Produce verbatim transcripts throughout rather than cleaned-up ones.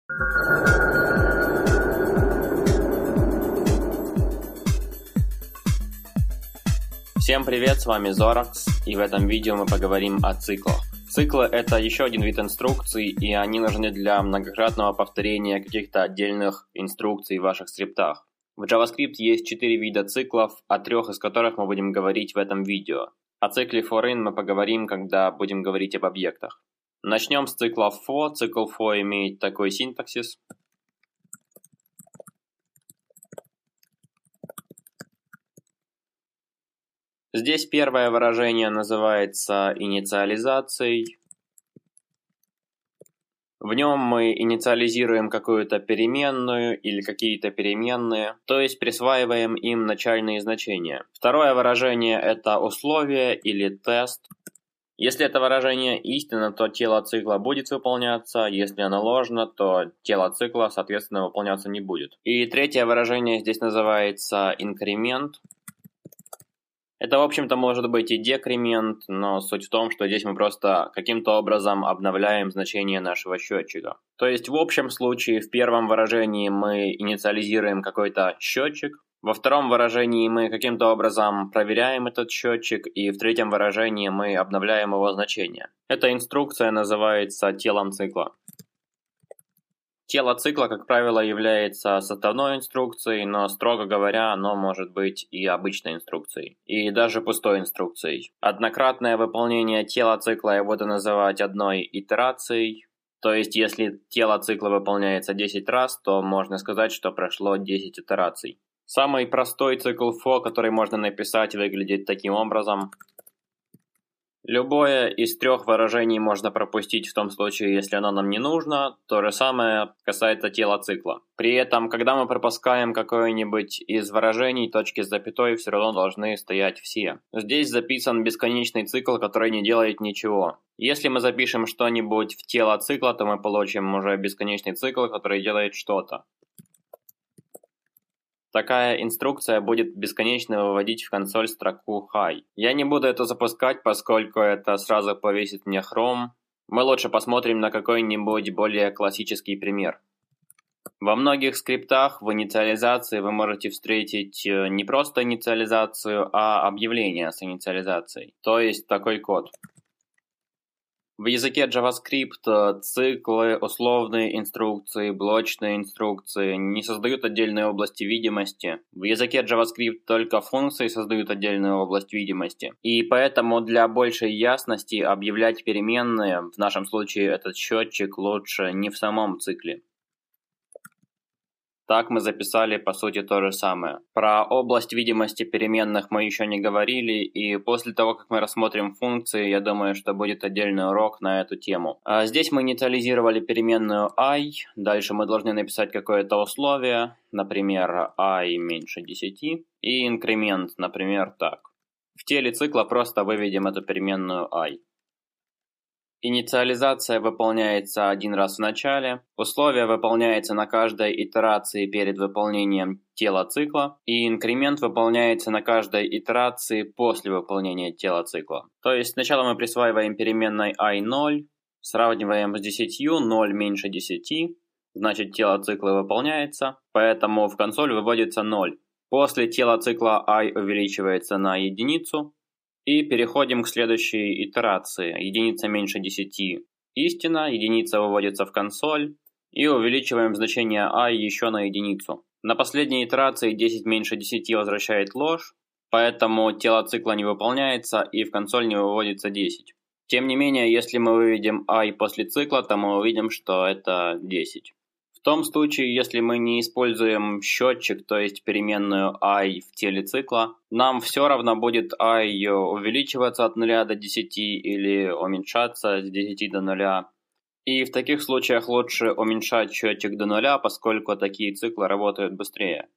Всем привет, с вами Zorax, и в этом видео мы поговорим о циклах. Циклы — это еще один вид инструкций, и они нужны для многократного повторения каких-то отдельных инструкций в ваших скриптах. В JavaScript есть четыре вида циклов, о трех из которых мы будем говорить в этом видео. О цикле for-in мы поговорим, когда будем говорить об объектах. Начнем с цикла for. Цикл for имеет такой синтаксис. Здесь первое выражение называется инициализацией. В нем мы инициализируем какую-то переменную или какие-то переменные, то есть присваиваем им начальные значения. Второе выражение — это условие или тест. Если это выражение истинно, то тело цикла будет выполняться, если оно ложно, то тело цикла, соответственно, выполняться не будет. И третье выражение здесь называется инкремент. Это, в общем-то, может быть и декремент, но суть в том, что здесь мы просто каким-то образом обновляем значение нашего счетчика. То есть в общем случае в первом выражении мы инициализируем какой-то счетчик, во втором выражении мы каким-то образом проверяем этот счетчик, и в третьем выражении мы обновляем его значение. Эта инструкция называется телом цикла. Тело цикла, как правило, является составной инструкцией, но, строго говоря, оно может быть и обычной инструкцией, и даже пустой инструкцией. Однократное выполнение тела цикла я буду называть одной итерацией, то есть если тело цикла выполняется десять раз, то можно сказать, что прошло десять итераций. Самый простой цикл for, который можно написать, выглядит таким образом. Любое из трех выражений можно пропустить в том случае, если оно нам не нужно. То же самое касается тела цикла. При этом, когда мы пропускаем какое-нибудь из выражений, точки с запятой все равно должны стоять все. Здесь записан бесконечный цикл, который не делает ничего. Если мы запишем что-нибудь в тело цикла, то мы получим уже бесконечный цикл, который делает что-то. Такая инструкция будет бесконечно выводить в консоль строку hi. Я не буду это запускать, поскольку это сразу повесит мне Chrome. Мы лучше посмотрим на какой-нибудь более классический пример. Во многих скриптах в инициализации вы можете встретить не просто инициализацию, а объявление с инициализацией. То есть такой код. В языке JavaScript циклы, условные инструкции, блочные инструкции не создают отдельные области видимости. В языке JavaScript только функции создают отдельную область видимости. И поэтому для большей ясности объявлять переменные, в нашем случае этот счетчик, лучше не в самом цикле. Так мы записали, по сути, то же самое. Про область видимости переменных мы еще не говорили, и после того, как мы рассмотрим функции, я думаю, что будет отдельный урок на эту тему. А здесь мы инициализировали переменную i, дальше мы должны написать какое-то условие, например, i меньше десяти, и инкремент, например, так. В теле цикла просто выведем эту переменную i. Инициализация выполняется один раз в начале, условие выполняется на каждой итерации перед выполнением тела цикла, и инкремент выполняется на каждой итерации после выполнения тела цикла. То есть сначала мы присваиваем переменной i ноль, сравниваем с десятью, ноль меньше десяти, значит тело цикла выполняется, поэтому в консоль выводится ноль. После тела цикла i увеличивается на единицу. И переходим к следующей итерации. Единица меньше десяти истина, единица выводится в консоль, и увеличиваем значение i еще на единицу. На последней итерации десять меньше десяти возвращает ложь, поэтому тело цикла не выполняется и в консоль не выводится десять. Тем не менее, если мы выведем i после цикла, то мы увидим, что это десять. В том случае, если мы не используем счетчик, то есть переменную i в теле цикла, нам все равно будет i увеличиваться от нуля до десяти или уменьшаться с десяти до нуля. И в таких случаях лучше уменьшать счетчик до нуля, поскольку такие циклы работают быстрее.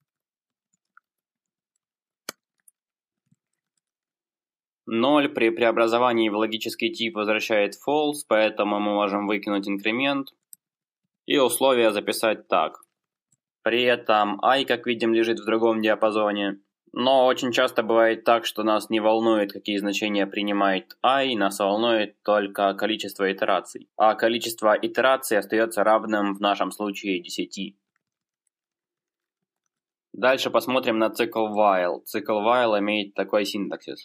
ноль при преобразовании в логический тип возвращает false, поэтому мы можем выкинуть инкремент. И условие записать так. При этом i, как видим, лежит в другом диапазоне. Но очень часто бывает так, что нас не волнует, какие значения принимает i, нас волнует только количество итераций. А количество итераций остается равным в нашем случае десяти. Дальше посмотрим на цикл while. Цикл while имеет такой синтаксис.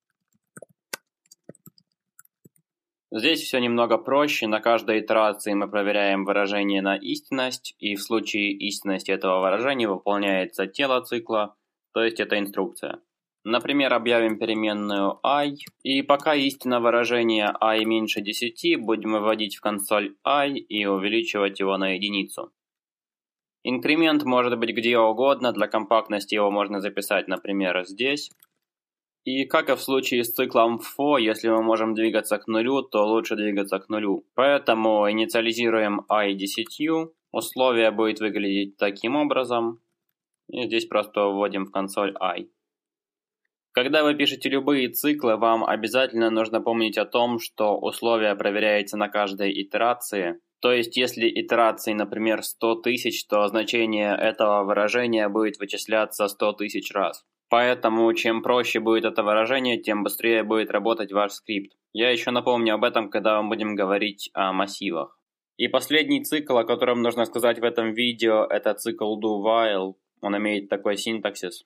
Здесь все немного проще. На каждой итерации мы проверяем выражение на истинность, и в случае истинности этого выражения выполняется тело цикла, то есть это инструкция. Например, объявим переменную i, и пока истинно выражение i меньше десяти, будем выводить в консоль i и увеличивать его на единицу. Инкремент может быть где угодно, для компактности его можно записать, например, здесь. И как и в случае с циклом for, если мы можем двигаться к нулю, то лучше двигаться к нулю. Поэтому инициализируем i десятью, условие будет выглядеть таким образом. И здесь просто вводим в консоль i. Когда вы пишете любые циклы, вам обязательно нужно помнить о том, что условие проверяется на каждой итерации. То есть, если итераций, например, сто тысяч, то значение этого выражения будет вычисляться сто тысяч раз. Поэтому, чем проще будет это выражение, тем быстрее будет работать ваш скрипт. Я еще напомню об этом, когда мы будем говорить о массивах. И последний цикл, о котором нужно сказать в этом видео, это цикл do-while. Он имеет такой синтаксис.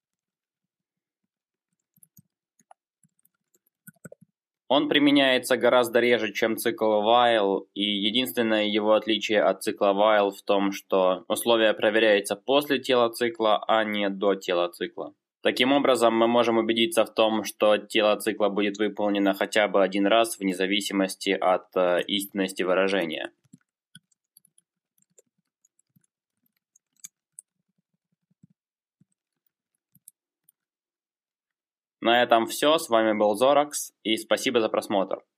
Он применяется гораздо реже, чем цикл while, и единственное его отличие от цикла while в том, что условие проверяется после тела цикла, а не до тела цикла. Таким образом, мы можем убедиться в том, что тело цикла будет выполнено хотя бы один раз, вне зависимости от э, истинности выражения. На этом все. С вами был Зоракс, и спасибо за просмотр.